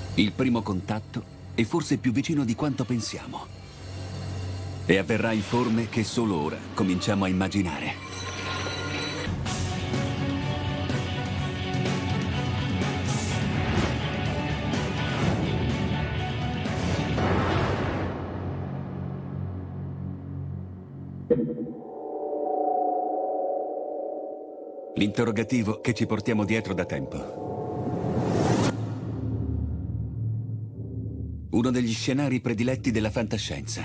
Il primo contatto è forse più vicino di quanto pensiamo. E avverrà in forme che solo ora cominciamo a immaginare. L'interrogativo che ci portiamo dietro da tempo. Uno degli scenari prediletti della fantascienza.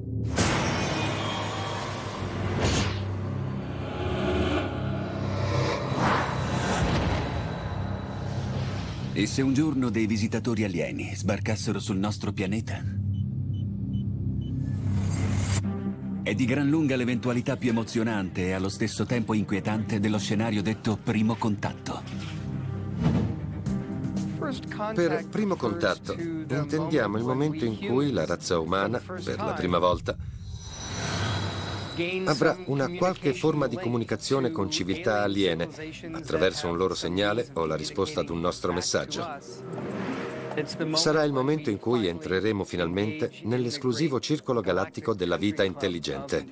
E se un giorno dei visitatori alieni sbarcassero sul nostro pianeta? È di gran lunga l'eventualità più emozionante e allo stesso tempo inquietante dello scenario detto primo contatto. Per primo contatto intendiamo il momento in cui la razza umana, per la prima volta, avrà una qualche forma di comunicazione con civiltà aliene attraverso un loro segnale o la risposta ad un nostro messaggio. Sarà il momento in cui entreremo finalmente nell'esclusivo circolo galattico della vita intelligente.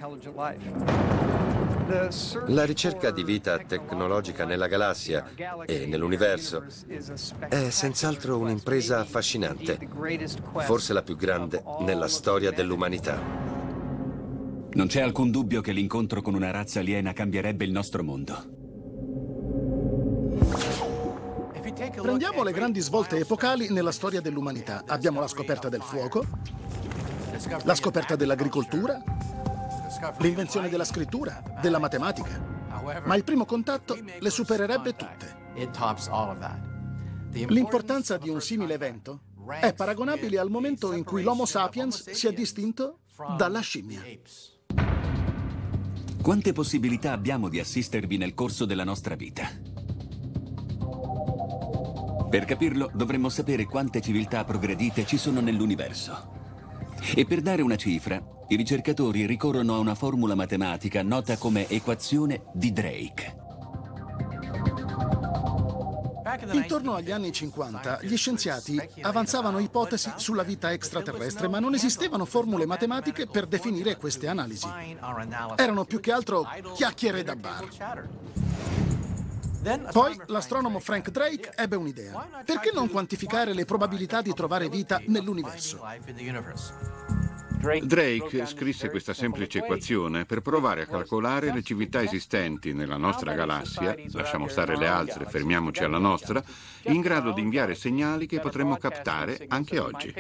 La ricerca di vita tecnologica nella galassia e nell'universo è senz'altro un'impresa affascinante, forse la più grande nella storia dell'umanità. Non c'è alcun dubbio che l'incontro con una razza aliena cambierebbe il nostro mondo. Prendiamo le grandi svolte epocali nella storia dell'umanità. Abbiamo la scoperta del fuoco, la scoperta dell'agricoltura, l'invenzione della scrittura, della matematica. Ma il primo contatto le supererebbe tutte. L'importanza di un simile evento è paragonabile al momento in cui l'Homo sapiens si è distinto dalla scimmia. Quante possibilità abbiamo di assistervi nel corso della nostra vita? Per capirlo dovremmo sapere quante civiltà progredite ci sono nell'universo. E per dare una cifra, i ricercatori ricorrono a una formula matematica nota come equazione di Drake. Intorno agli anni 50, gli scienziati avanzavano ipotesi sulla vita extraterrestre, ma non esistevano formule matematiche per definire queste analisi. Erano più che altro chiacchiere da bar. Poi l'astronomo Frank Drake ebbe un'idea. Perché non quantificare le probabilità di trovare vita nell'universo? Drake scrisse questa semplice equazione per provare a calcolare le civiltà esistenti nella nostra galassia, lasciamo stare le altre, fermiamoci alla nostra, in grado di inviare segnali che potremmo captare anche oggi.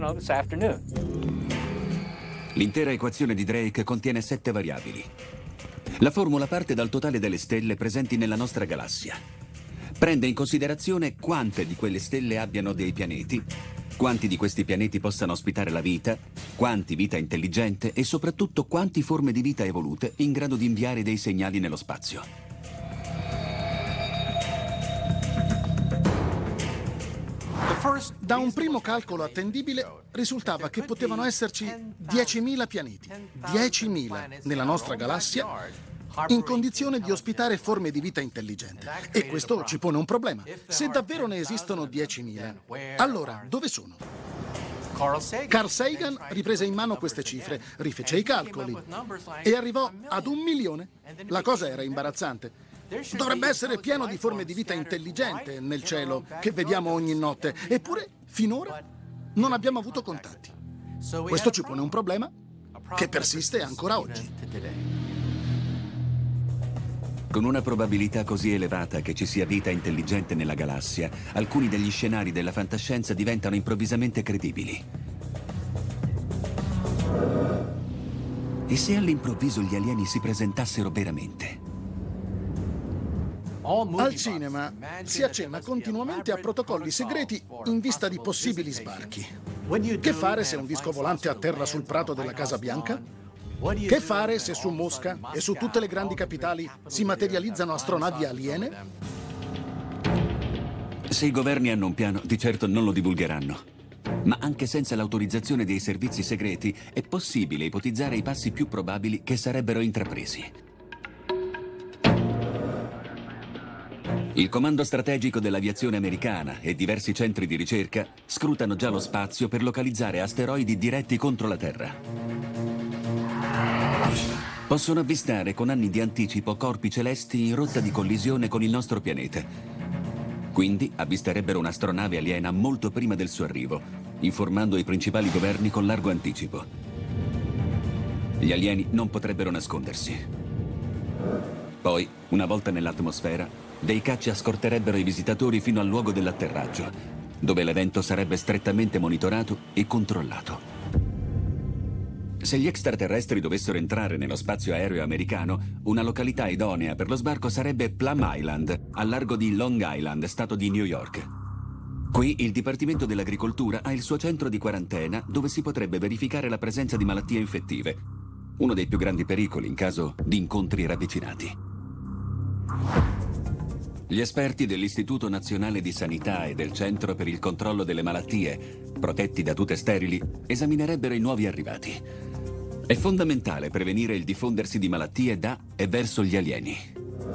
L'intera equazione di Drake contiene 7 variabili. La formula parte dal totale delle stelle presenti nella nostra galassia. Prende in considerazione quante di quelle stelle abbiano dei pianeti, quanti di questi pianeti possano ospitare la vita, quanti vita intelligente e soprattutto quanti forme di vita evolute in grado di inviare dei segnali nello spazio. Da un primo calcolo attendibile risultava che potevano esserci 10.000 pianeti, 10.000 nella nostra galassia, in condizione di ospitare forme di vita intelligente. E questo ci pone un problema. Se davvero ne esistono 10.000, allora dove sono? Carl Sagan riprese in mano queste cifre, rifece i calcoli e arrivò ad 1 milione. La cosa era imbarazzante. Dovrebbe essere pieno di forme di vita intelligente nel cielo che vediamo ogni notte. Eppure, finora, non abbiamo avuto contatti. Questo ci pone un problema che persiste ancora oggi. Con una probabilità così elevata che ci sia vita intelligente nella galassia, alcuni degli scenari della fantascienza diventano improvvisamente credibili. E se all'improvviso gli alieni si presentassero veramente? Al cinema si accenna continuamente a protocolli segreti in vista di possibili sbarchi. Che fare se un disco volante atterra sul prato della Casa Bianca? Che fare se su Mosca e su tutte le grandi capitali si materializzano astronavi aliene? Se i governi hanno un piano, di certo non lo divulgheranno. Ma anche senza l'autorizzazione dei servizi segreti è possibile ipotizzare i passi più probabili che sarebbero intrapresi. Il comando strategico dell'aviazione americana e diversi centri di ricerca scrutano già lo spazio per localizzare asteroidi diretti contro la Terra. Possono avvistare con anni di anticipo corpi celesti in rotta di collisione con il nostro pianeta. Quindi avvisterebbero un'astronave aliena molto prima del suo arrivo, informando i principali governi con largo anticipo. Gli alieni non potrebbero nascondersi. Poi, una volta nell'atmosfera, dei caccia scorterebbero i visitatori fino al luogo dell'atterraggio, dove l'evento sarebbe strettamente monitorato e controllato. Se gli extraterrestri dovessero entrare nello spazio aereo americano, una località idonea per lo sbarco sarebbe Plum Island, al largo di Long Island, stato di New York. Qui il Dipartimento dell'Agricoltura ha il suo centro di quarantena dove si potrebbe verificare la presenza di malattie infettive, uno dei più grandi pericoli in caso di incontri ravvicinati. Gli esperti dell'Istituto Nazionale di Sanità e del Centro per il Controllo delle Malattie, protetti da tute sterili, esaminerebbero i nuovi arrivati. È fondamentale prevenire il diffondersi di malattie da e verso gli alieni.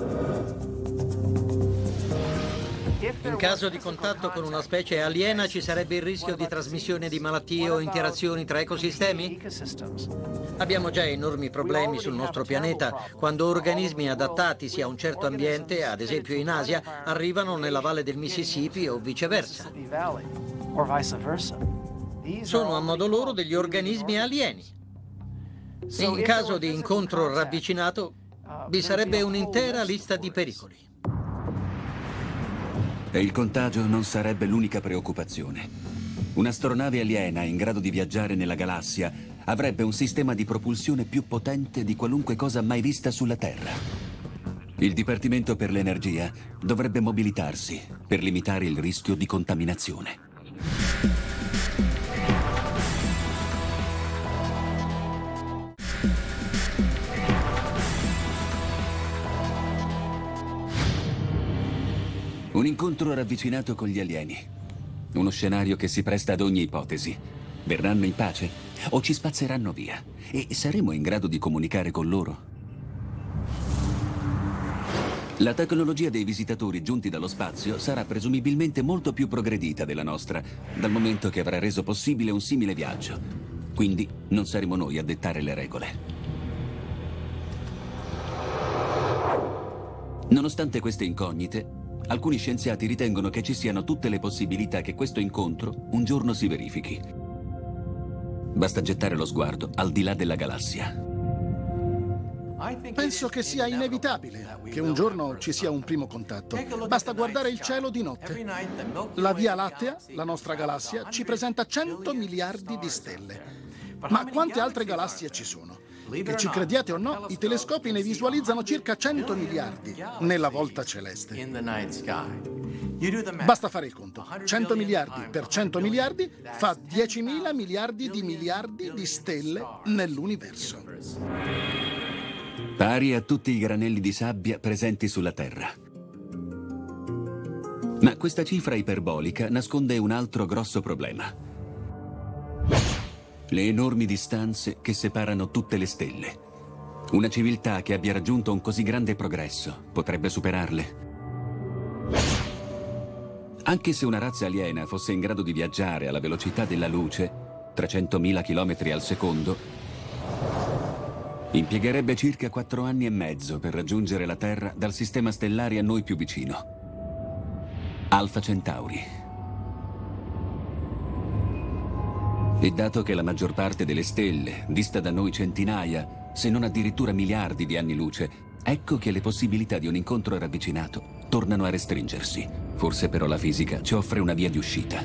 In caso di contatto con una specie aliena ci sarebbe il rischio di trasmissione di malattie o interazioni tra ecosistemi? Abbiamo già enormi problemi sul nostro pianeta quando organismi adattati a un certo ambiente, ad esempio in Asia, arrivano nella valle del Mississippi o viceversa. Sono a modo loro degli organismi alieni. In caso di incontro ravvicinato vi sarebbe un'intera lista di pericoli. E il contagio non sarebbe l'unica preoccupazione. Un'astronave aliena in grado di viaggiare nella galassia avrebbe un sistema di propulsione più potente di qualunque cosa mai vista sulla Terra. Il Dipartimento per l'Energia dovrebbe mobilitarsi per limitare il rischio di contaminazione. Un incontro ravvicinato con gli alieni. Uno scenario che si presta ad ogni ipotesi. Verranno in pace o ci spazzeranno via? E saremo in grado di comunicare con loro? La tecnologia dei visitatori giunti dallo spazio sarà presumibilmente molto più progredita della nostra, dal momento che avrà reso possibile un simile viaggio. Quindi non saremo noi a dettare le regole. Nonostante queste incognite, alcuni scienziati ritengono che ci siano tutte le possibilità che questo incontro un giorno si verifichi. Basta gettare lo sguardo al di là della galassia. Penso che sia inevitabile che un giorno ci sia un primo contatto. Basta guardare il cielo di notte. La Via Lattea, la nostra galassia, ci presenta 100 miliardi di stelle. Ma quante altre galassie ci sono? Che ci crediate o no, i telescopi ne visualizzano circa 100 miliardi nella volta celeste. Basta fare il conto. 100 miliardi per 100 miliardi fa 10.000 miliardi di stelle nell'universo. Pari a tutti i granelli di sabbia presenti sulla Terra. Ma questa cifra iperbolica nasconde un altro grosso problema. Le enormi distanze che separano tutte le stelle. Una civiltà che abbia raggiunto un così grande progresso potrebbe superarle? Anche se una razza aliena fosse in grado di viaggiare alla velocità della luce, 300.000 km al secondo, impiegherebbe circa 4 anni e mezzo per raggiungere la Terra dal sistema stellare a noi più vicino, Alpha Centauri. E dato che la maggior parte delle stelle dista da noi centinaia, se non addirittura miliardi di anni luce, ecco che le possibilità di un incontro ravvicinato tornano a restringersi. Forse però la fisica ci offre una via di uscita.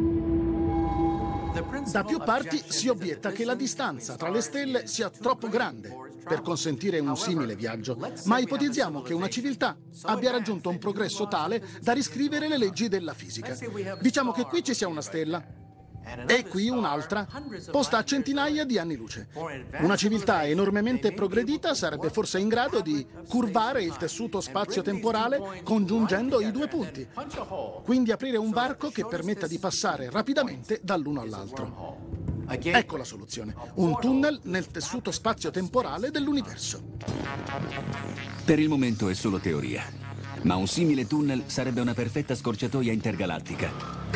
Da più parti si obietta che la distanza tra le stelle sia troppo grande per consentire un simile viaggio, ma ipotizziamo che una civiltà abbia raggiunto un progresso tale da riscrivere le leggi della fisica. Diciamo che qui ci sia una stella e qui un'altra, posta a centinaia di anni luce. Una civiltà enormemente progredita sarebbe forse in grado di curvare il tessuto spazio-temporale congiungendo i due punti, quindi aprire un varco che permetta di passare rapidamente dall'uno all'altro. Ecco la soluzione, un tunnel nel tessuto spazio-temporale dell'universo. Per il momento è solo teoria. Ma un simile tunnel sarebbe una perfetta scorciatoia intergalattica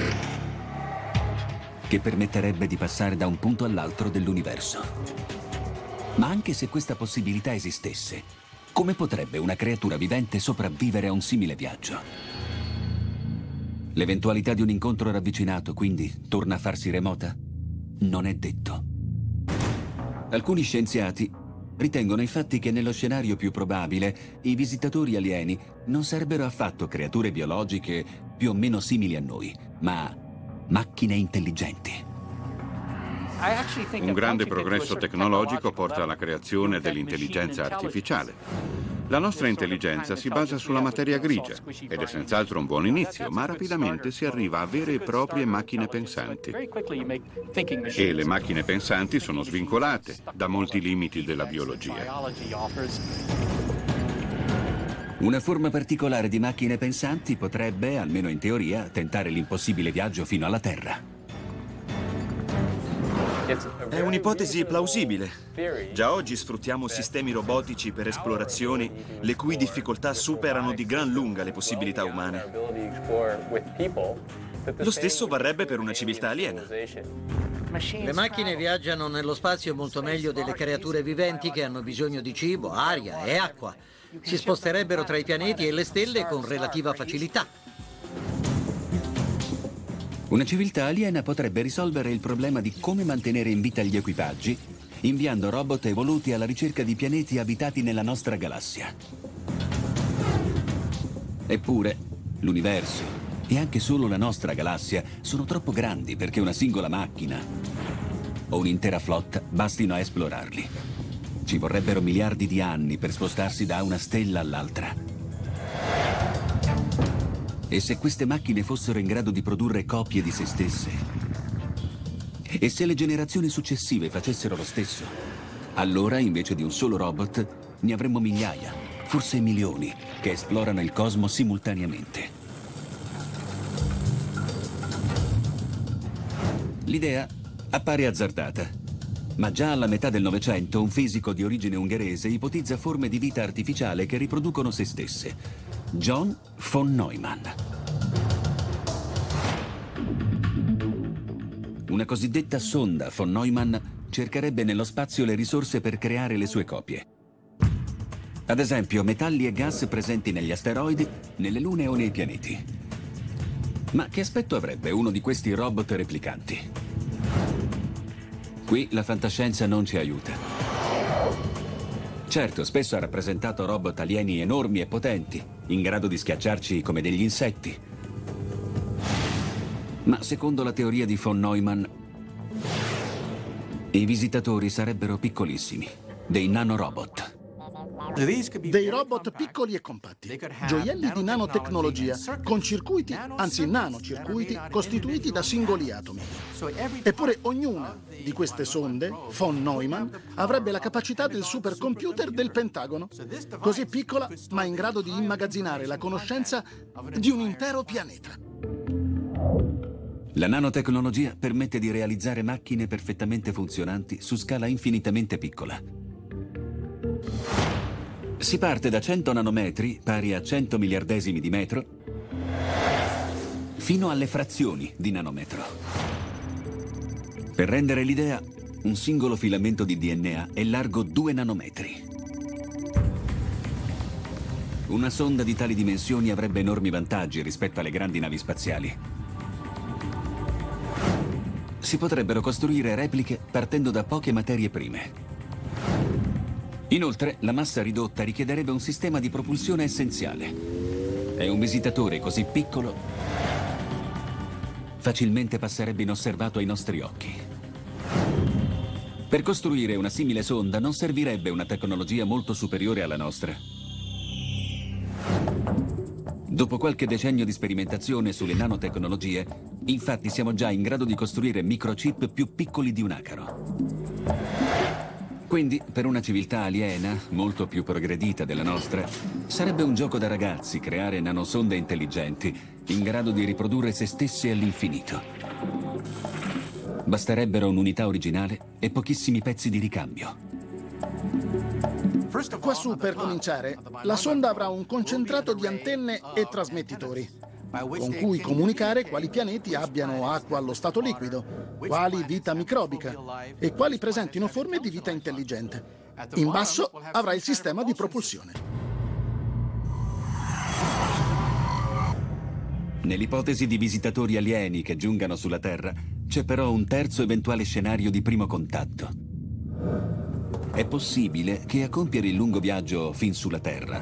che permetterebbe di passare da un punto all'altro dell'universo. Ma anche se questa possibilità esistesse, come potrebbe una creatura vivente sopravvivere a un simile viaggio? L'eventualità di un incontro ravvicinato, quindi, torna a farsi remota? Non è detto. Alcuni scienziati ritengono infatti che nello scenario più probabile i visitatori alieni non sarebbero affatto creature biologiche più o meno simili a noi, ma macchine intelligenti. Un grande progresso tecnologico porta alla creazione dell'intelligenza artificiale. La nostra intelligenza si basa sulla materia grigia ed è senz'altro un buon inizio, ma rapidamente si arriva a vere e proprie macchine pensanti. E le macchine pensanti sono svincolate da molti limiti della biologia. Una forma particolare di macchine pensanti potrebbe, almeno in teoria, tentare l'impossibile viaggio fino alla Terra. È un'ipotesi plausibile. Già oggi sfruttiamo sistemi robotici per esplorazioni le cui difficoltà superano di gran lunga le possibilità umane. Lo stesso varrebbe per una civiltà aliena. Le macchine viaggiano nello spazio molto meglio delle creature viventi che hanno bisogno di cibo, aria e acqua. Si sposterebbero tra i pianeti e le stelle con relativa facilità. Una civiltà aliena potrebbe risolvere il problema di come mantenere in vita gli equipaggi, inviando robot evoluti alla ricerca di pianeti abitati nella nostra galassia. Eppure, l'universo e anche solo la nostra galassia sono troppo grandi perché una singola macchina o un'intera flotta bastino a esplorarli. Ci vorrebbero miliardi di anni per spostarsi da una stella all'altra. E se queste macchine fossero in grado di produrre copie di se stesse? E se le generazioni successive facessero lo stesso? Allora, invece di un solo robot, ne avremmo migliaia, forse milioni, che esplorano il cosmo simultaneamente. L'idea appare azzardata, ma già alla metà del Novecento un fisico di origine ungherese ipotizza forme di vita artificiale che riproducono se stesse. John von Neumann. Una cosiddetta sonda von Neumann cercherebbe nello spazio le risorse per creare le sue copie. Ad esempio, metalli e gas presenti negli asteroidi, nelle lune o nei pianeti. Ma che aspetto avrebbe uno di questi robot replicanti? Qui la fantascienza non ci aiuta. Certo, spesso ha rappresentato robot alieni enormi e potenti, in grado di schiacciarci come degli insetti. Ma secondo la teoria di von Neumann, i visitatori sarebbero piccolissimi, dei nanorobot. Dei robot piccoli e compatti, gioielli di nanotecnologia, con circuiti, anzi nanocircuiti, costituiti da singoli atomi. Eppure ognuna di queste sonde, von Neumann, avrebbe la capacità del supercomputer del Pentagono, così piccola ma in grado di immagazzinare la conoscenza di un intero pianeta. La nanotecnologia permette di realizzare macchine perfettamente funzionanti su scala infinitamente piccola. Si parte da 100 nanometri, pari a 100 miliardesimi di metro, fino alle frazioni di nanometro. Per rendere l'idea, un singolo filamento di DNA è largo 2 nanometri. Una sonda di tali dimensioni avrebbe enormi vantaggi rispetto alle grandi navi spaziali. Si potrebbero costruire repliche partendo da poche materie prime. Inoltre, la massa ridotta richiederebbe un sistema di propulsione essenziale. E un visitatore così piccolo facilmente passerebbe inosservato ai nostri occhi. Per costruire una simile sonda non servirebbe una tecnologia molto superiore alla nostra. Dopo qualche decennio di sperimentazione sulle nanotecnologie, infatti siamo già in grado di costruire microchip più piccoli di un acaro. Quindi, per una civiltà aliena, molto più progredita della nostra, sarebbe un gioco da ragazzi creare nanosonde intelligenti, in grado di riprodurre se stesse all'infinito. Basterebbero un'unità originale e pochissimi pezzi di ricambio. Quassù, per cominciare, la sonda avrà un concentrato di antenne e trasmettitori, con cui comunicare quali pianeti abbiano acqua allo stato liquido, quali vita microbica e quali presentino forme di vita intelligente. In basso avrà il sistema di propulsione. Nell'ipotesi di visitatori alieni che giungano sulla Terra, c'è però un terzo eventuale scenario di primo contatto. È possibile che a compiere il lungo viaggio fin sulla Terra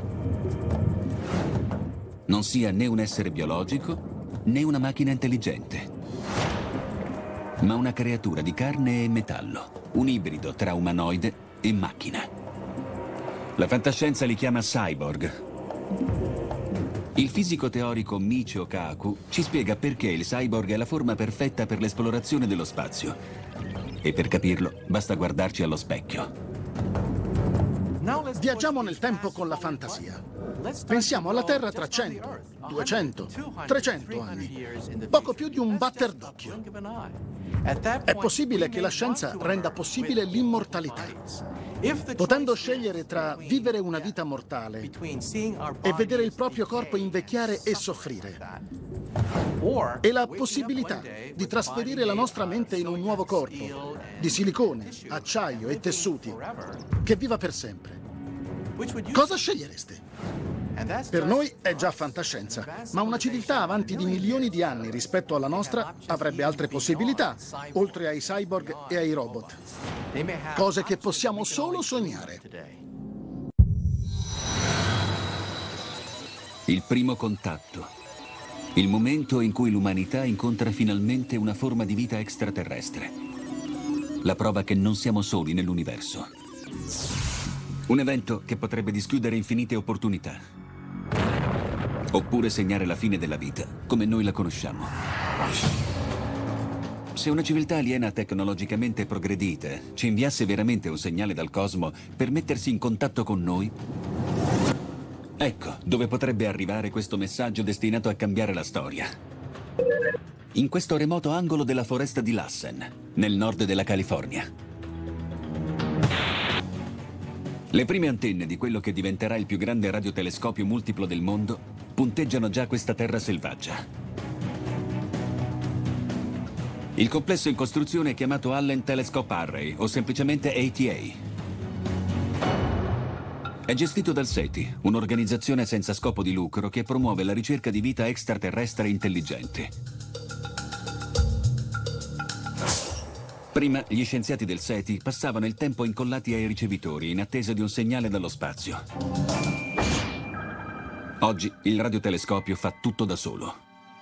non sia né un essere biologico né una macchina intelligente, ma una creatura di carne e metallo, un ibrido tra umanoide e macchina. La fantascienza li chiama cyborg. Il fisico teorico Michio Kaku ci spiega perché il cyborg è la forma perfetta per l'esplorazione dello spazio. E per capirlo basta guardarci allo specchio. Viaggiamo nel tempo con la fantasia. Pensiamo alla Terra tra 100, 200, 300 anni. Poco più di un batter d'occhio. È possibile che la scienza renda possibile l'immortalità. Potendo scegliere tra vivere una vita mortale e vedere il proprio corpo invecchiare e soffrire, e la possibilità di trasferire la nostra mente in un nuovo corpo, di silicone, acciaio e tessuti, che viva per sempre. Cosa scegliereste? Per noi è già fantascienza, ma una civiltà avanti di milioni di anni rispetto alla nostra avrebbe altre possibilità, oltre ai cyborg e ai robot. Cose che possiamo solo sognare. Il primo contatto. Il momento in cui l'umanità incontra finalmente una forma di vita extraterrestre. La prova che non siamo soli nell'universo. Un evento che potrebbe dischiudere infinite opportunità. Oppure segnare la fine della vita, come noi la conosciamo. Se una civiltà aliena tecnologicamente progredita ci inviasse veramente un segnale dal cosmo per mettersi in contatto con noi, ecco dove potrebbe arrivare questo messaggio destinato a cambiare la storia. In questo remoto angolo della foresta di Lassen, nel nord della California. Le prime antenne di quello che diventerà il più grande radiotelescopio multiplo del mondo punteggiano già questa terra selvaggia. Il complesso in costruzione è chiamato Allen Telescope Array, o semplicemente ATA. È gestito dal SETI, un'organizzazione senza scopo di lucro che promuove la ricerca di vita extraterrestre intelligente. Prima gli scienziati del SETI passavano il tempo incollati ai ricevitori in attesa di un segnale dallo spazio. Oggi il radiotelescopio fa tutto da solo.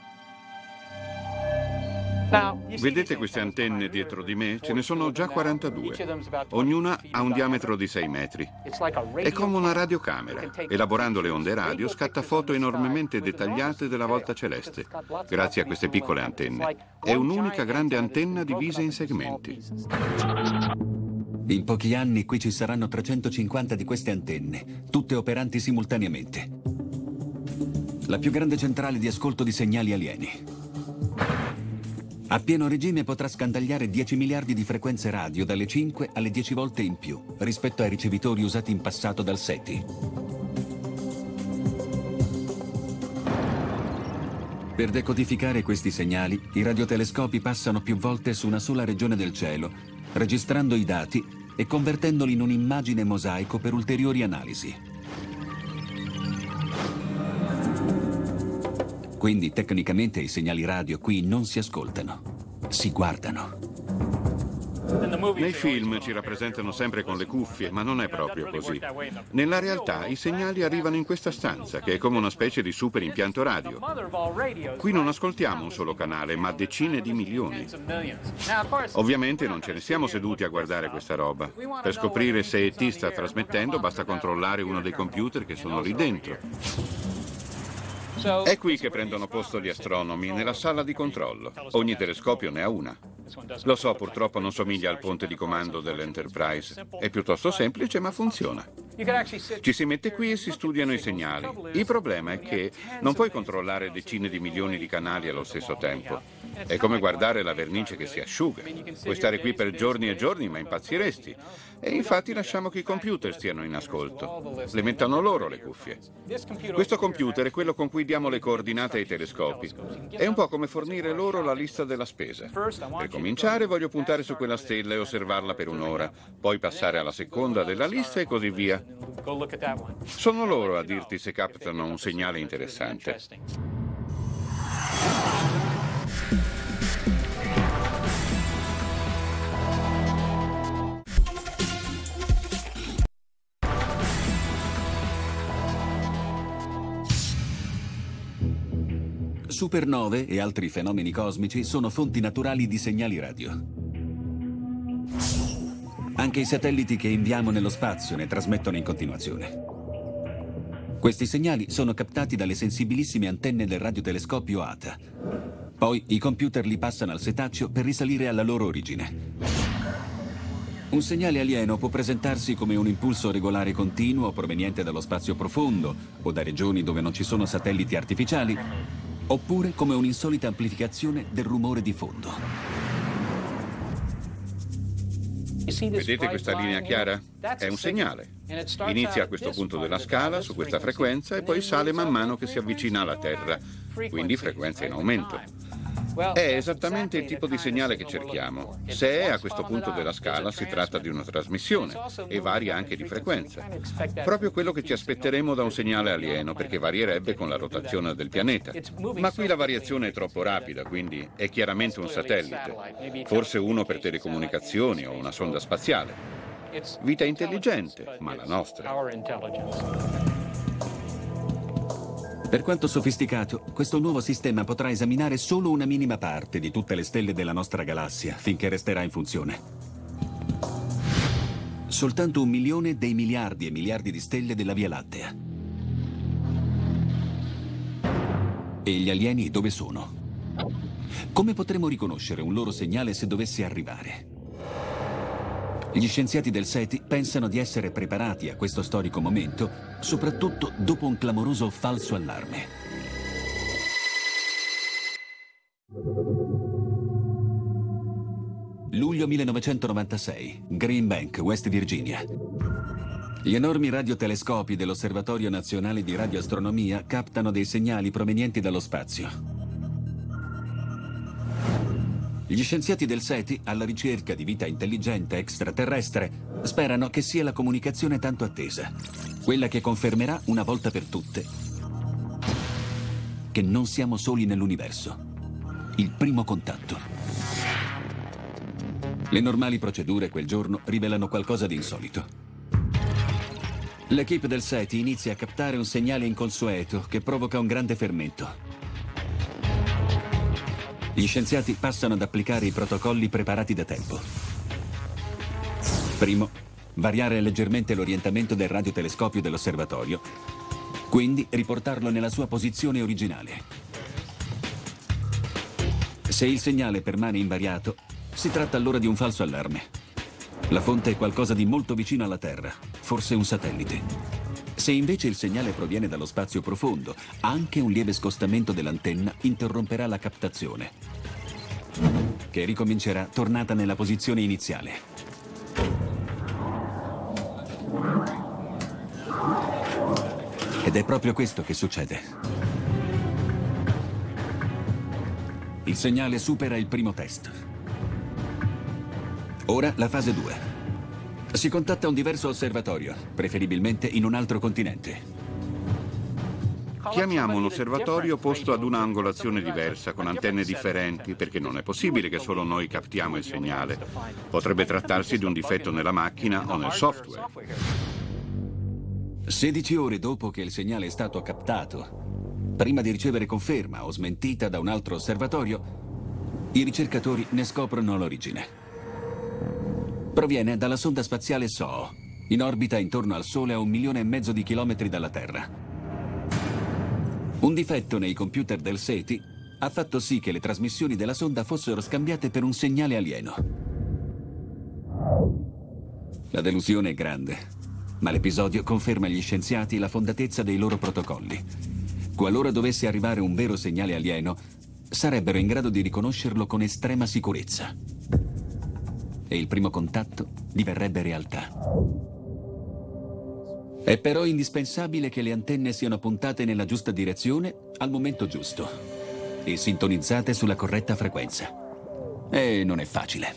Vedete queste antenne dietro di me? Ce ne sono già 42. Ognuna ha un diametro di 6 metri. È come una radiocamera. Elaborando le onde radio scatta foto enormemente dettagliate della volta celeste, grazie a queste piccole antenne. È un'unica grande antenna divisa in segmenti. In pochi anni qui ci saranno 350 di queste antenne, tutte operanti simultaneamente. La più grande centrale di ascolto di segnali alieni. A pieno regime potrà scandagliare 10 miliardi di frequenze radio dalle 5 alle 10 volte in più rispetto ai ricevitori usati in passato dal SETI. Per decodificare questi segnali, i radiotelescopi passano più volte su una sola regione del cielo, registrando i dati e convertendoli in un'immagine mosaico per ulteriori analisi. Quindi tecnicamente i segnali radio qui non si ascoltano, si guardano. Nei film ci rappresentano sempre con le cuffie, ma non è proprio così. Nella realtà i segnali arrivano in questa stanza, che è come una specie di super impianto radio. Qui non ascoltiamo un solo canale, ma decine di milioni. Ovviamente non ce ne siamo seduti a guardare questa roba. Per scoprire se ET sta trasmettendo basta controllare uno dei computer che sono lì dentro. È qui che prendono posto gli astronomi, nella sala di controllo. Ogni telescopio ne ha una. Lo so, purtroppo non somiglia al ponte di comando dell'Enterprise. È piuttosto semplice, ma funziona. Ci si mette qui e si studiano i segnali. Il problema è che non puoi controllare decine di milioni di canali allo stesso tempo. È come guardare la vernice che si asciuga. Puoi stare qui per giorni e giorni, ma impazziresti. E infatti lasciamo che i computer stiano in ascolto. Le mettano loro le cuffie. Questo computer è quello con cui diamo le coordinate ai telescopi. È un po' come fornire loro la lista della spesa. Per cominciare voglio puntare su quella stella e osservarla per un'ora, poi passare alla seconda della lista e così via. Sono loro a dirti se captano un segnale interessante. Supernove e altri fenomeni cosmici sono fonti naturali di segnali radio. Anche i satelliti che inviamo nello spazio ne trasmettono in continuazione. Questi segnali sono captati dalle sensibilissime antenne del radiotelescopio ATA. Poi i computer li passano al setaccio per risalire alla loro origine. Un segnale alieno può presentarsi come un impulso regolare continuo proveniente dallo spazio profondo o da regioni dove non ci sono satelliti artificiali, oppure come un'insolita amplificazione del rumore di fondo. Vedete questa linea chiara? È un segnale. Inizia a questo punto della scala, su questa frequenza, e poi sale man mano che si avvicina alla Terra, quindi frequenza in aumento. È esattamente il tipo di segnale che cerchiamo. Se è a questo punto della scala, si tratta di una trasmissione e varia anche di frequenza. Proprio quello che ci aspetteremo da un segnale alieno, perché varierebbe con la rotazione del pianeta. Ma qui la variazione è troppo rapida, quindi è chiaramente un satellite. Forse uno per telecomunicazioni o una sonda spaziale. Vita intelligente, ma la nostra. Per quanto sofisticato, questo nuovo sistema potrà esaminare solo una minima parte di tutte le stelle della nostra galassia, finché resterà in funzione. Soltanto 1 milione dei miliardi e miliardi di stelle della Via Lattea. E gli alieni dove sono? Come potremo riconoscere un loro segnale se dovesse arrivare? Gli scienziati del SETI pensano di essere preparati a questo storico momento, soprattutto dopo un clamoroso falso allarme. Luglio 1996, Green Bank, West Virginia. Gli enormi radiotelescopi dell'Osservatorio Nazionale di Radioastronomia captano dei segnali provenienti dallo spazio. Gli scienziati del SETI, alla ricerca di vita intelligente extraterrestre, sperano che sia la comunicazione tanto attesa, quella che confermerà una volta per tutte che non siamo soli nell'universo. Il primo contatto. Le normali procedure quel giorno rivelano qualcosa di insolito. L'equipe del SETI inizia a captare un segnale inconsueto che provoca un grande fermento. Gli scienziati passano ad applicare i protocolli preparati da tempo. Primo, variare leggermente l'orientamento del radiotelescopio dell'osservatorio, quindi riportarlo nella sua posizione originale. Se il segnale permane invariato, si tratta allora di un falso allarme. La fonte è qualcosa di molto vicino alla Terra, forse un satellite. Se invece il segnale proviene dallo spazio profondo, anche un lieve scostamento dell'antenna interromperà la captazione, che ricomincerà tornata nella posizione iniziale. Ed è proprio questo che succede. Il segnale supera il primo test. Ora la fase 2. Si contatta un diverso osservatorio, preferibilmente in un altro continente. Chiamiamo un osservatorio posto ad un'angolazione diversa, con antenne differenti, perché non è possibile che solo noi captiamo il segnale. Potrebbe trattarsi di un difetto nella macchina o nel software. 16 ore dopo che il segnale è stato captato, prima di ricevere conferma o smentita da un altro osservatorio, i ricercatori ne scoprono l'origine. Proviene dalla sonda spaziale SOHO, in orbita intorno al Sole a 1,5 milioni di chilometri dalla Terra. Un difetto nei computer del SETI ha fatto sì che le trasmissioni della sonda fossero scambiate per un segnale alieno. La delusione è grande. Ma l'episodio conferma agli scienziati la fondatezza dei loro protocolli. Qualora dovesse arrivare un vero segnale alieno, sarebbero in grado di riconoscerlo con estrema sicurezza. E il primo contatto diverrebbe realtà. È però indispensabile che le antenne siano puntate nella giusta direzione al momento giusto e sintonizzate sulla corretta frequenza. E non è facile.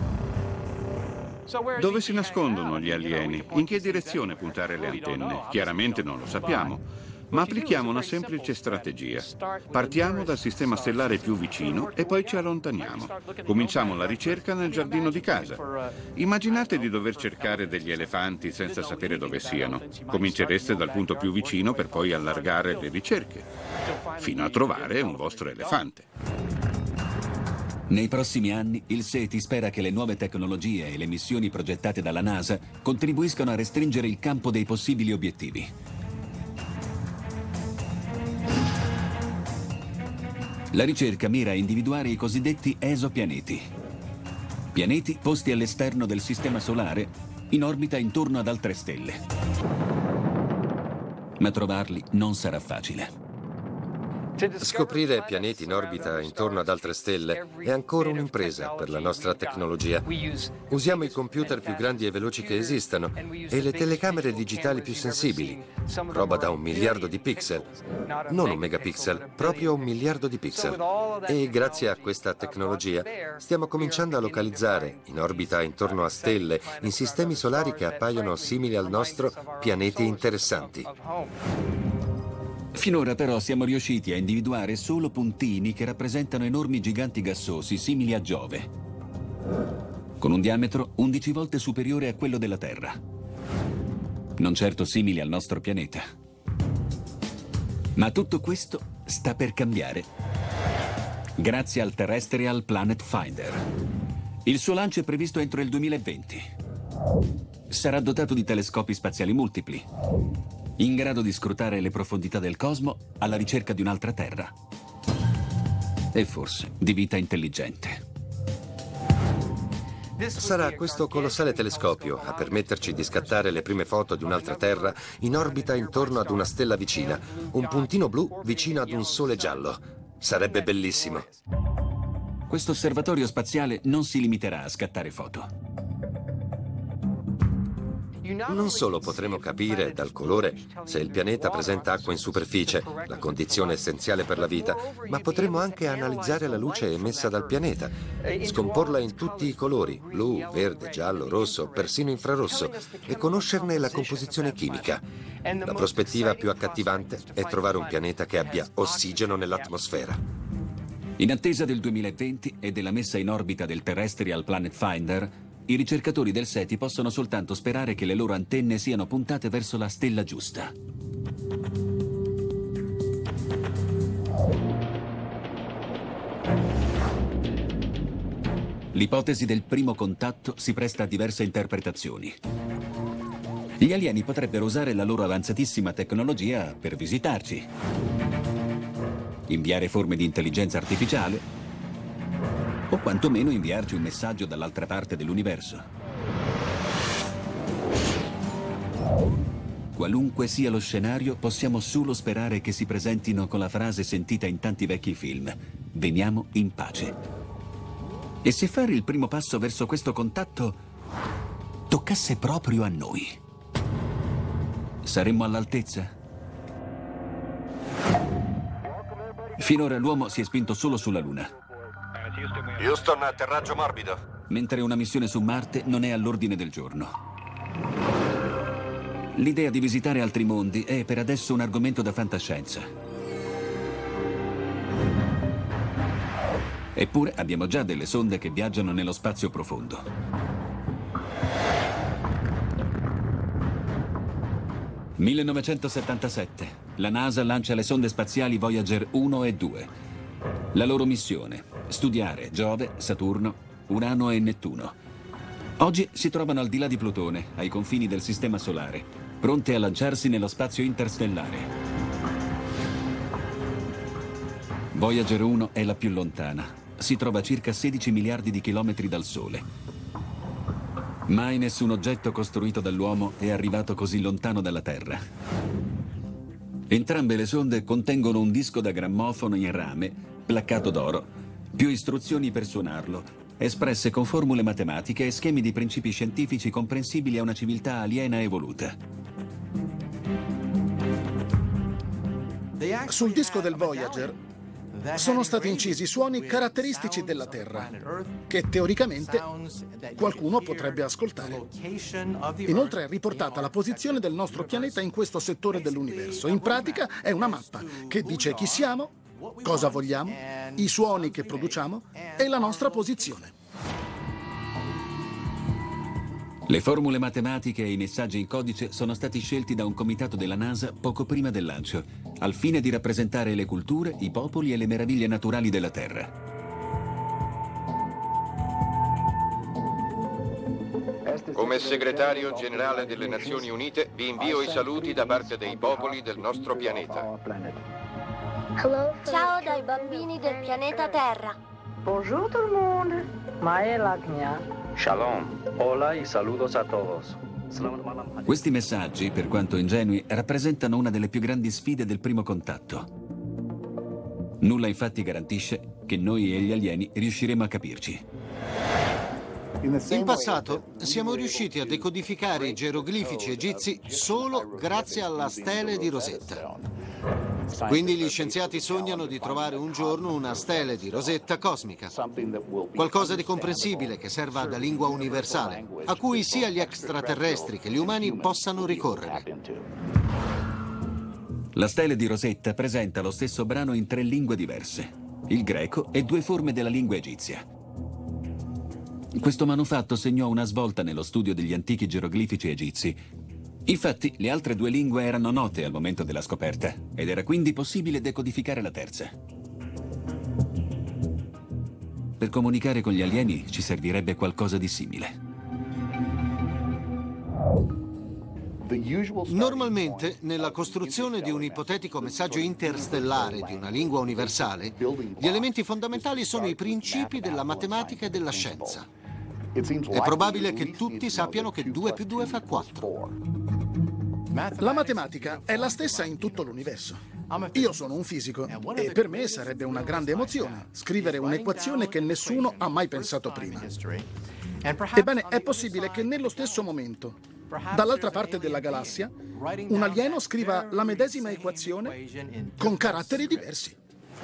Dove si nascondono gli alieni? In che direzione puntare le antenne? Chiaramente non lo sappiamo. Ma applichiamo una semplice strategia. Partiamo dal sistema stellare più vicino e poi ci allontaniamo. Cominciamo la ricerca nel giardino di casa. Immaginate di dover cercare degli elefanti senza sapere dove siano. Comincereste dal punto più vicino per poi allargare le ricerche, fino a trovare un vostro elefante. Nei prossimi anni, il SETI spera che le nuove tecnologie e le missioni progettate dalla NASA contribuiscano a restringere il campo dei possibili obiettivi. La ricerca mira a individuare i cosiddetti esopianeti. Pianeti posti all'esterno del Sistema Solare, in orbita intorno ad altre stelle. Ma trovarli non sarà facile. Scoprire pianeti in orbita intorno ad altre stelle è ancora un'impresa per la nostra tecnologia. Usiamo i computer più grandi e veloci che esistano e le telecamere digitali più sensibili, roba da 1 miliardo di pixel. Non 1 megapixel, proprio 1 miliardo di pixel. E grazie a questa tecnologia stiamo cominciando a localizzare in orbita intorno a stelle, in sistemi solari che appaiono simili al nostro, pianeti interessanti. Finora però siamo riusciti a individuare solo puntini che rappresentano enormi giganti gassosi simili a Giove, con un diametro 11 volte superiore a quello della Terra. Non certo simili al nostro pianeta. Ma tutto questo sta per cambiare. Grazie al Terrestrial Planet Finder. Il suo lancio è previsto entro il 2020. Sarà dotato di telescopi spaziali multipli, in grado di scrutare le profondità del cosmo alla ricerca di un'altra Terra. E forse di vita intelligente. Sarà questo colossale telescopio a permetterci di scattare le prime foto di un'altra Terra in orbita intorno ad una stella vicina, un puntino blu vicino ad un sole giallo. Sarebbe bellissimo. Questo osservatorio spaziale non si limiterà a scattare foto. Non solo potremo capire dal colore se il pianeta presenta acqua in superficie, la condizione essenziale per la vita, ma potremo anche analizzare la luce emessa dal pianeta, scomporla in tutti i colori, blu, verde, giallo, rosso, persino infrarosso, e conoscerne la composizione chimica. La prospettiva più accattivante è trovare un pianeta che abbia ossigeno nell'atmosfera. In attesa del 2020 e della messa in orbita del Terrestrial Planet Finder, i ricercatori del SETI possono soltanto sperare che le loro antenne siano puntate verso la stella giusta. L'ipotesi del primo contatto si presta a diverse interpretazioni. Gli alieni potrebbero usare la loro avanzatissima tecnologia per visitarci, inviare forme di intelligenza artificiale o quantomeno inviarci un messaggio dall'altra parte dell'universo. Qualunque sia lo scenario, possiamo solo sperare che si presentino con la frase sentita in tanti vecchi film: veniamo in pace. E se fare il primo passo verso questo contatto toccasse proprio a noi, saremmo all'altezza? Finora l'uomo si è spinto solo sulla Luna. Houston, atterraggio morbido. Mentre una missione su Marte non è all'ordine del giorno. L'idea di visitare altri mondi è per adesso un argomento da fantascienza. Eppure abbiamo già delle sonde che viaggiano nello spazio profondo. (1977). La NASA lancia le sonde spaziali Voyager 1 e 2. La loro missione: studiare Giove, Saturno, Urano e Nettuno. Oggi si trovano al di là di Plutone, ai confini del Sistema Solare, pronte a lanciarsi nello spazio interstellare. Voyager 1 è la più lontana. Si trova a circa 16 miliardi di chilometri dal Sole. Mai nessun oggetto costruito dall'uomo è arrivato così lontano dalla Terra. Entrambe le sonde contengono un disco da grammofono in rame, placcato d'oro, più istruzioni per suonarlo, espresse con formule matematiche e schemi di principi scientifici comprensibili a una civiltà aliena evoluta. Sul disco del Voyager sono stati incisi suoni caratteristici della Terra, che teoricamente qualcuno potrebbe ascoltare. Inoltre è riportata la posizione del nostro pianeta in questo settore dell'universo. In pratica è una mappa che dice chi siamo, cosa vogliamo, i suoni che produciamo e la nostra posizione. Le formule matematiche e i messaggi in codice sono stati scelti da un comitato della NASA poco prima del lancio, al fine di rappresentare le culture, i popoli e le meraviglie naturali della Terra. Come segretario generale delle Nazioni Unite vi invio i saluti da parte dei popoli del nostro pianeta. Ciao dai bambini del pianeta Terra. Bonjour tout le monde. Maelagna. Shalom. Hola y saludos a todos. Questi messaggi, per quanto ingenui, rappresentano una delle più grandi sfide del primo contatto. Nulla infatti garantisce che noi e gli alieni riusciremo a capirci. In passato siamo riusciti a decodificare i geroglifici egizi solo grazie alla stele di Rosetta. Quindi gli scienziati sognano di trovare un giorno una stele di Rosetta cosmica, qualcosa di comprensibile che serva da lingua universale, a cui sia gli extraterrestri che gli umani possano ricorrere. La stele di Rosetta presenta lo stesso brano in 3 lingue diverse, il greco e 2 forme della lingua egizia. Questo manufatto segnò una svolta nello studio degli antichi geroglifici egizi. Infatti, le altre 2 lingue erano note al momento della scoperta ed era quindi possibile decodificare la terza. Per comunicare con gli alieni ci servirebbe qualcosa di simile. Normalmente, nella costruzione di un ipotetico messaggio interstellare di una lingua universale, gli elementi fondamentali sono i principi della matematica e della scienza. È probabile che tutti sappiano che 2 più 2 fa 4. La matematica è la stessa in tutto l'universo. Io sono un fisico e per me sarebbe una grande emozione scrivere un'equazione che nessuno ha mai pensato prima. Ebbene, è possibile che nello stesso momento, dall'altra parte della galassia, un alieno scriva la medesima equazione con caratteri diversi.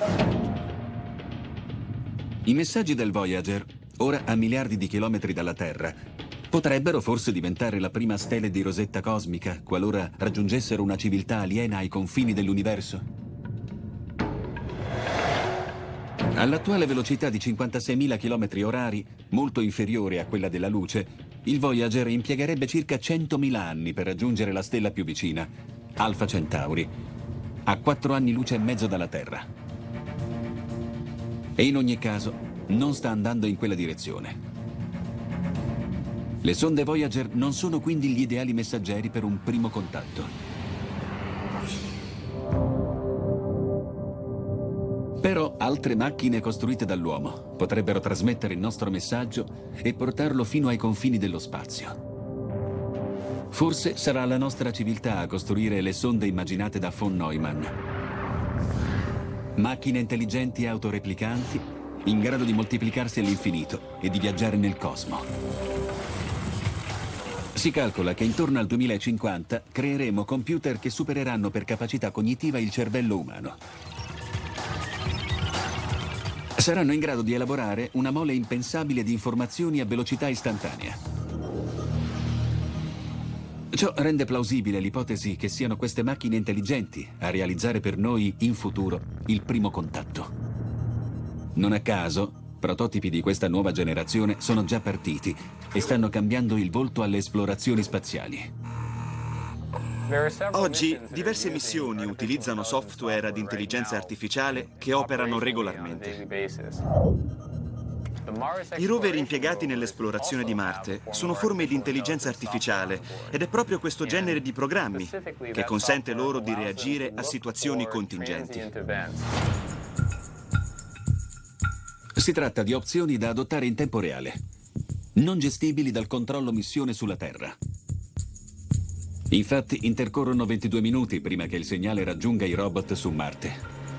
I messaggi del Voyager, ora a miliardi di chilometri dalla Terra, potrebbero forse diventare la prima stele di Rosetta cosmica qualora raggiungessero una civiltà aliena ai confini dell'universo? All'attuale velocità di 56.000 km/h, molto inferiore a quella della luce, il Voyager impiegherebbe circa 100.000 anni per raggiungere la stella più vicina, Alpha Centauri, a 4 anni luce e mezzo dalla Terra. E in ogni caso, non sta andando in quella direzione. Le sonde Voyager non sono quindi gli ideali messaggeri per un primo contatto. Però altre macchine costruite dall'uomo potrebbero trasmettere il nostro messaggio e portarlo fino ai confini dello spazio. Forse sarà la nostra civiltà a costruire le sonde immaginate da von Neumann. Macchine intelligenti e autoreplicanti in grado di moltiplicarsi all'infinito e di viaggiare nel cosmo. Si calcola che intorno al 2050 creeremo computer che supereranno per capacità cognitiva il cervello umano. Saranno in grado di elaborare una mole impensabile di informazioni a velocità istantanea. Ciò rende plausibile l'ipotesi che siano queste macchine intelligenti a realizzare per noi, in futuro, il primo contatto. Non a caso, prototipi di questa nuova generazione sono già partiti e stanno cambiando il volto alle esplorazioni spaziali. Oggi diverse missioni utilizzano software ad intelligenza artificiale che operano regolarmente. I rover impiegati nell'esplorazione di Marte sono forme di intelligenza artificiale ed è proprio questo genere di programmi che consente loro di reagire a situazioni contingenti. Si tratta di opzioni da adottare in tempo reale. non gestibili dal controllo missione sulla Terra. Infatti, intercorrono 22 minuti prima che il segnale raggiunga i robot su Marte.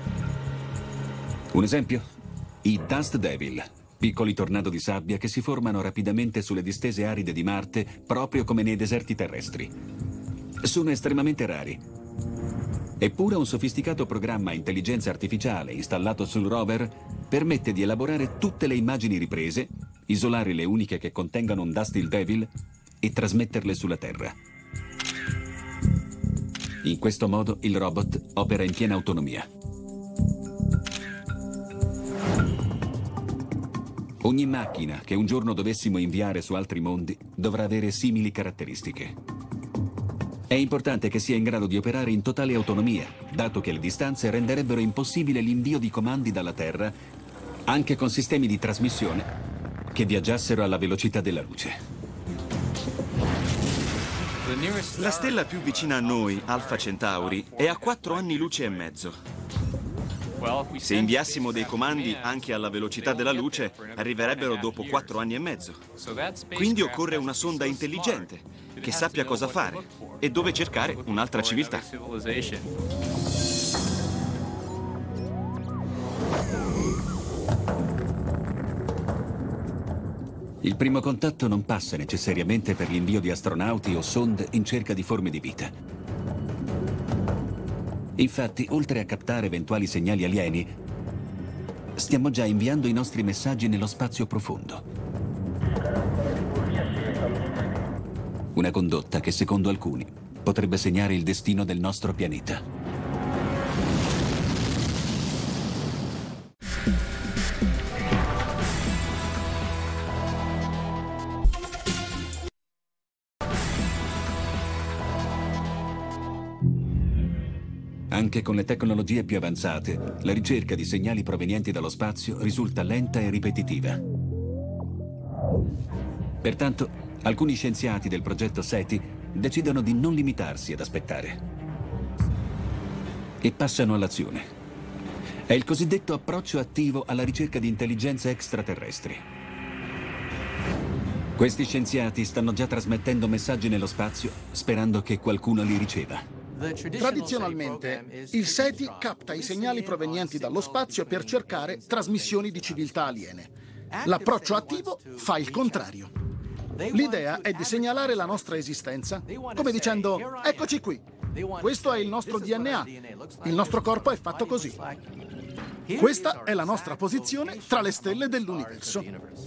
Un esempio? I Dust Devil, piccoli tornado di sabbia che si formano rapidamente sulle distese aride di Marte, proprio come nei deserti terrestri. Sono estremamente rari. Eppure un sofisticato programma a intelligenza artificiale installato sul rover permette di elaborare tutte le immagini riprese, isolare le uniche che contengano un Dust Devil e trasmetterle sulla Terra. In questo modo il robot opera in piena autonomia. Ogni macchina che un giorno dovessimo inviare su altri mondi dovrà avere simili caratteristiche. È importante che sia in grado di operare in totale autonomia, dato che le distanze renderebbero impossibile l'invio di comandi dalla Terra, anche con sistemi di trasmissione che viaggiassero alla velocità della luce. La stella più vicina a noi, Alpha Centauri, è a 4 anni luce e mezzo. Se inviassimo dei comandi anche alla velocità della luce, arriverebbero dopo 4 anni e mezzo. Quindi occorre una sonda intelligente, che sappia cosa fare e dove cercare un'altra civiltà. Il primo contatto non passa necessariamente per l'invio di astronauti o sonde in cerca di forme di vita. Infatti, oltre a captare eventuali segnali alieni, stiamo già inviando i nostri messaggi nello spazio profondo. Una condotta che, secondo alcuni, potrebbe segnare il destino del nostro pianeta. Anche con le tecnologie più avanzate, la ricerca di segnali provenienti dallo spazio risulta lenta e ripetitiva. Pertanto, alcuni scienziati del progetto SETI decidono di non limitarsi ad aspettare e passano all'azione. È il cosiddetto approccio attivo alla ricerca di intelligenze extraterrestri. Questi scienziati stanno già trasmettendo messaggi nello spazio, sperando che qualcuno li riceva. Tradizionalmente, il SETI capta i segnali provenienti dallo spazio per cercare trasmissioni di civiltà aliene. L'approccio attivo fa il contrario. L'idea è di segnalare la nostra esistenza, come dicendo, eccoci qui, questo è il nostro DNA, il nostro corpo è fatto così. Questa è la nostra posizione tra le stelle dell'universo.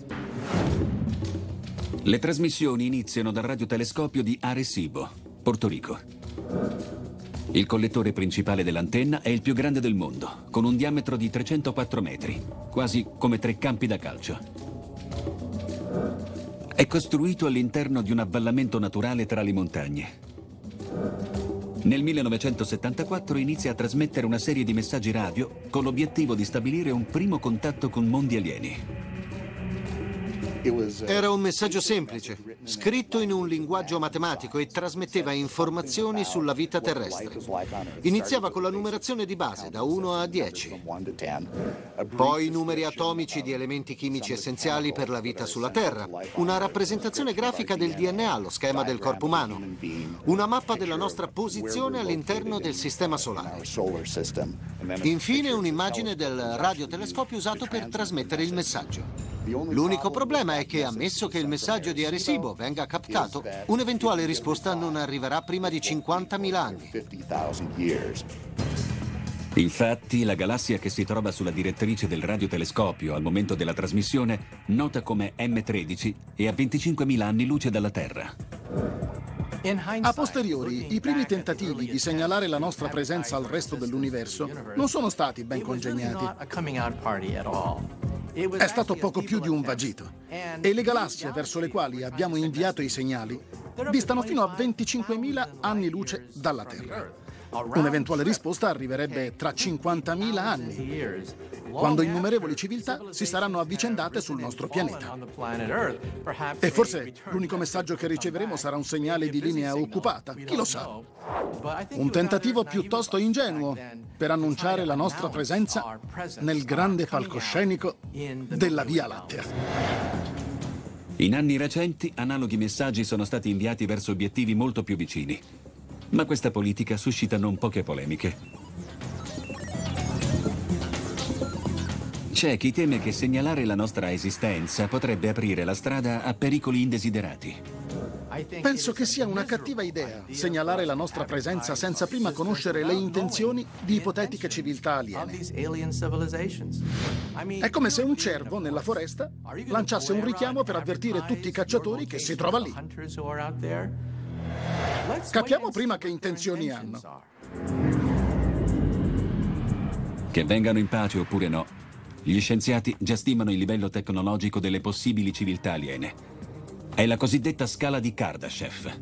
Le trasmissioni iniziano dal radiotelescopio di Arecibo, Porto Rico. Il collettore principale dell'antenna è il più grande del mondo, con un diametro di 304 metri, quasi come 3 campi da calcio. È costruito all'interno di un avvallamento naturale tra le montagne. Nel 1974 inizia a trasmettere una serie di messaggi radio con l'obiettivo di stabilire un primo contatto con mondi alieni. Era un messaggio semplice, scritto in un linguaggio matematico e trasmetteva informazioni sulla vita terrestre. Iniziava con la numerazione di base, da 1 a 10. Poi i numeri atomici di elementi chimici essenziali per la vita sulla Terra. Una rappresentazione grafica del DNA, lo schema del corpo umano. Una mappa della nostra posizione all'interno del sistema solare. Infine un'immagine del radiotelescopio usato per trasmettere il messaggio. L'unico problema è che, ammesso che il messaggio di Arecibo venga captato, un'eventuale risposta non arriverà prima di 50.000 anni. Infatti, la galassia che si trova sulla direttrice del radiotelescopio al momento della trasmissione, nota come M13, è a 25.000 anni luce dalla Terra. A posteriori, i primi tentativi di segnalare la nostra presenza al resto dell'universo non sono stati ben congegnati. È stato poco più di un vagito e le galassie verso le quali abbiamo inviato i segnali distano fino a 25.000 anni luce dalla Terra. Un'eventuale risposta arriverebbe tra 50.000 anni, quando innumerevoli civiltà si saranno avvicendate sul nostro pianeta. E forse l'unico messaggio che riceveremo sarà un segnale di linea occupata, chi lo sa? Un tentativo piuttosto ingenuo per annunciare la nostra presenza nel grande palcoscenico della Via Lattea. In anni recenti, analoghi messaggi sono stati inviati verso obiettivi molto più vicini. Ma questa politica suscita non poche polemiche. C'è chi teme che segnalare la nostra esistenza potrebbe aprire la strada a pericoli indesiderati. Penso che sia una cattiva idea segnalare la nostra presenza senza prima conoscere le intenzioni di ipotetiche civiltà aliene. È come se un cervo nella foresta lanciasse un richiamo per avvertire tutti i cacciatori che si trova lì. Capiamo prima che intenzioni hanno. Che vengano in pace oppure no, gli scienziati già stimano il livello tecnologico delle possibili civiltà aliene. È la cosiddetta scala di Kardashev.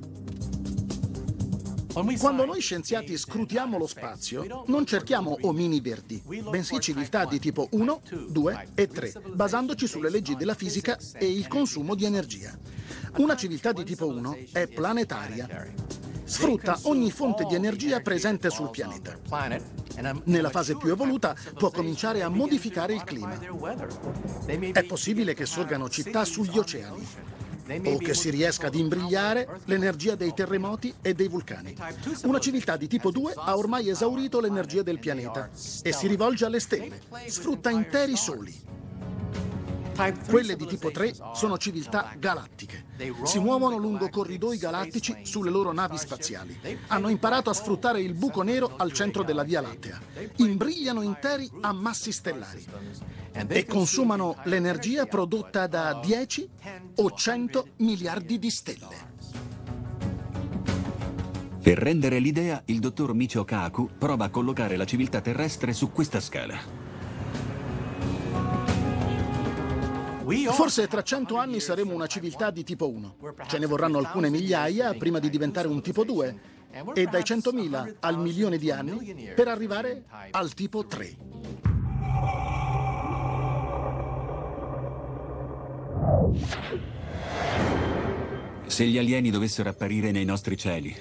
Quando noi scienziati scrutiamo lo spazio, non cerchiamo omini verdi, bensì civiltà di tipo 1, 2 e 3, basandoci sulle leggi della fisica e il consumo di energia. Una civiltà di tipo 1 è planetaria. Sfrutta ogni fonte di energia presente sul pianeta. Nella fase più evoluta può cominciare a modificare il clima. È possibile che sorgano città sugli oceani o che si riesca ad imbrigliare l'energia dei terremoti e dei vulcani. Una civiltà di tipo 2 ha ormai esaurito l'energia del pianeta e si rivolge alle stelle. Sfrutta interi soli. Quelle di tipo 3 sono civiltà galattiche. Si muovono lungo corridoi galattici sulle loro navi spaziali. Hanno imparato a sfruttare il buco nero al centro della Via Lattea. Imbrigliano interi ammassi stellari e consumano l'energia prodotta da 10 o 100 miliardi di stelle. Per rendere l'idea, il dottor Michio Kaku prova a collocare la civiltà terrestre su questa scala. Forse tra 100 anni saremo una civiltà di tipo 1. Ce ne vorranno alcune migliaia prima di diventare un tipo 2 e dai 100.000 al milione di anni per arrivare al tipo 3. Se gli alieni dovessero apparire nei nostri cieli,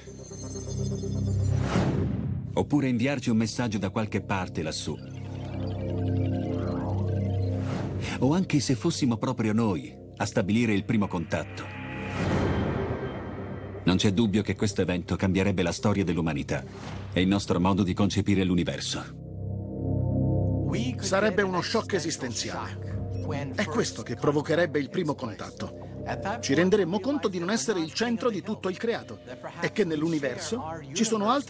oppure inviarci un messaggio da qualche parte lassù, o anche se fossimo proprio noi a stabilire il primo contatto, non c'è dubbio che questo evento cambierebbe la storia dell'umanità e il nostro modo di concepire l'universo. Sarebbe uno shock esistenziale. È questo che provocherebbe il primo contatto. Ci renderemmo conto di non essere il centro di tutto il creato e che nell'universo ci sono altri